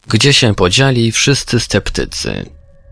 Gdzie się podzieli wszyscy sceptycy?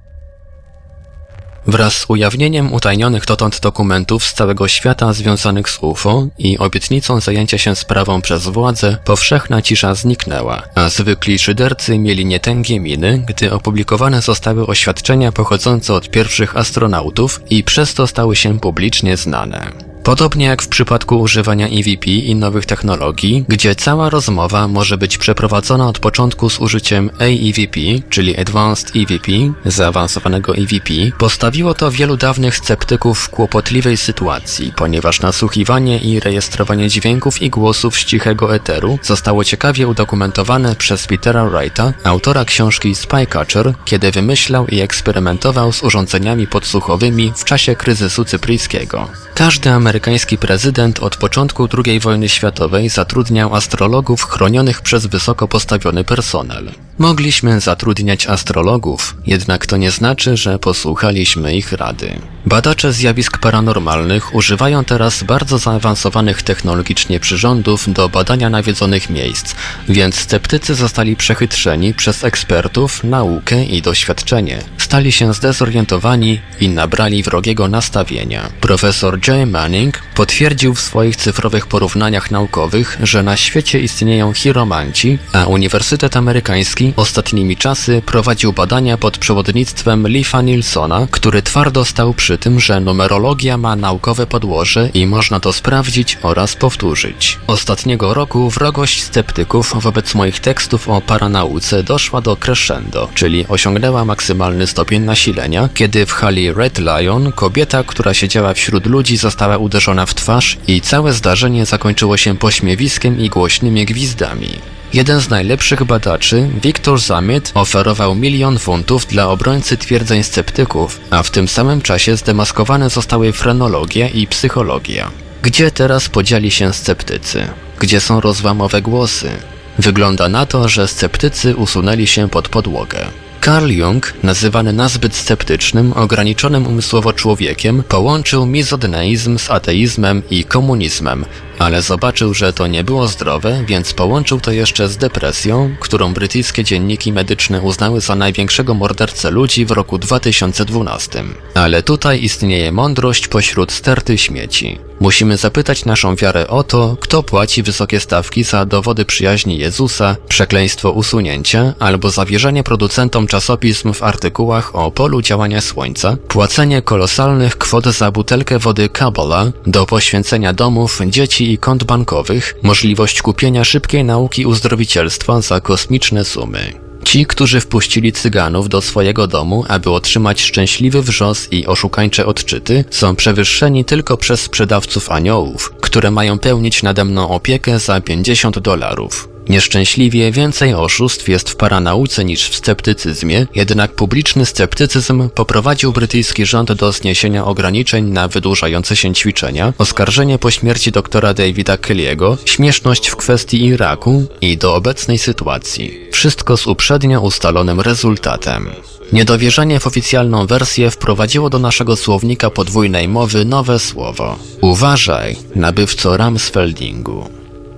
Wraz z ujawnieniem utajnionych dotąd dokumentów z całego świata związanych z UFO i obietnicą zajęcia się sprawą przez władze, powszechna cisza zniknęła, a zwykli szydercy mieli nietęgie miny, gdy opublikowane zostały oświadczenia pochodzące od pierwszych astronautów i przez to stały się publicznie znane. Podobnie jak w przypadku używania EVP i nowych technologii, gdzie cała rozmowa może być przeprowadzona od początku z użyciem AEVP, czyli Advanced EVP, zaawansowanego EVP, postawiło to wielu dawnych sceptyków w kłopotliwej sytuacji, ponieważ nasłuchiwanie i rejestrowanie dźwięków i głosów z cichego eteru zostało ciekawie udokumentowane przez Petera Wrighta, autora książki Spycatcher, kiedy wymyślał i eksperymentował z urządzeniami podsłuchowymi w czasie kryzysu cypryjskiego. Każdy amerykański prezydent od początku II wojny światowej zatrudniał astrologów chronionych przez wysoko postawiony personel. Mogliśmy zatrudniać astrologów, jednak to nie znaczy, że posłuchaliśmy ich rady. Badacze zjawisk paranormalnych używają teraz bardzo zaawansowanych technologicznie przyrządów do badania nawiedzonych miejsc, więc sceptycy zostali przechytrzeni przez ekspertów, naukę i doświadczenie. Stali się zdezorientowani i nabrali wrogiego nastawienia. Profesor Jay Manning potwierdził w swoich cyfrowych porównaniach naukowych, że na świecie istnieją chiromanci, a Uniwersytet Amerykański ostatnimi czasy prowadził badania pod przewodnictwem Leafa Nilsona, który twardo stał przy tym, że numerologia ma naukowe podłoże i można to sprawdzić oraz powtórzyć. Ostatniego roku wrogość sceptyków wobec moich tekstów o paranauce doszła do crescendo, czyli osiągnęła maksymalny stopień nasilenia, kiedy w hali Red Lion kobieta, która siedziała wśród ludzi, została uderzona w twarz i całe zdarzenie zakończyło się pośmiewiskiem i głośnymi gwizdami. Jeden z najlepszych badaczy, Victor Zamit, oferował $1 000 000 dla obrońcy twierdzeń sceptyków, a w tym samym czasie zdemaskowane zostały frenologia i psychologia. Gdzie teraz podzieli się sceptycy? Gdzie są rozłamowe głosy? Wygląda na to, że sceptycy usunęli się pod podłogę. Carl Jung, nazywany nazbyt sceptycznym, ograniczonym umysłowo człowiekiem, połączył mizogyneizm z ateizmem i komunizmem, ale zobaczył, że to nie było zdrowe, więc połączył to jeszcze z depresją, którą brytyjskie dzienniki medyczne uznały za największego mordercę ludzi w roku 2012. Ale tutaj istnieje mądrość pośród sterty śmieci. Musimy zapytać naszą wiarę o to, kto płaci wysokie stawki za dowody przyjaźni Jezusa, przekleństwo usunięcia albo zawierzenie producentom czasopism w artykułach o polu działania Słońca, płacenie kolosalnych kwot za butelkę wody Kabbalah, do poświęcenia domów, dzieci i kont bankowych, możliwość kupienia szybkiej nauki uzdrowicielstwa za kosmiczne sumy. Ci, którzy wpuścili cyganów do swojego domu, aby otrzymać szczęśliwy wrzos i oszukańcze odczyty, są przewyższeni tylko przez sprzedawców aniołów, które mają pełnić nade mną opiekę za $50. Nieszczęśliwie więcej oszustw jest w paranauce niż w sceptycyzmie, jednak publiczny sceptycyzm poprowadził brytyjski rząd do zniesienia ograniczeń na wydłużające się ćwiczenia, oskarżenie po śmierci doktora Davida Kelly'ego, śmieszność w kwestii Iraku i do obecnej sytuacji. Wszystko z uprzednio ustalonym rezultatem. Niedowierzanie w oficjalną wersję wprowadziło do naszego słownika podwójnej mowy nowe słowo. Uważaj, nabywco Ramsfeldingu.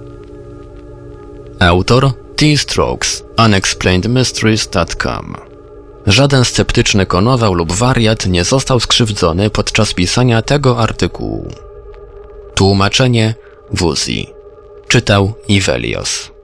Autor T-Strokes, unexplainedmysteries.com. Żaden sceptyczny konował lub wariat nie został skrzywdzony podczas pisania tego artykułu. Tłumaczenie Wuzi. Czytał Ivelios.